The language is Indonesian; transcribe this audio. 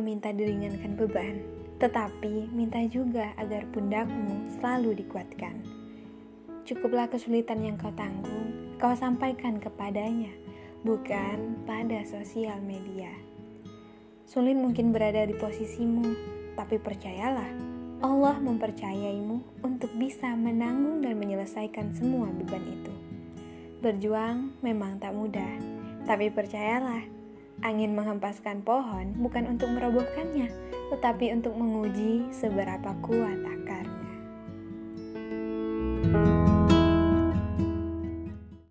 meminta diringankan beban, tetapi minta juga agar pundakmu selalu dikuatkan. Cukuplah kesulitan yang kau tanggung, kau sampaikan kepadanya, bukan pada sosial media. Sulit mungkin berada di posisimu, tapi percayalah, Allah mempercayaimu untuk bisa menanggung dan menyelesaikan semua beban itu. Berjuang memang tak mudah, tapi percayalah, angin menghempaskan pohon bukan untuk merobohkannya, tetapi untuk menguji seberapa kuat akarnya.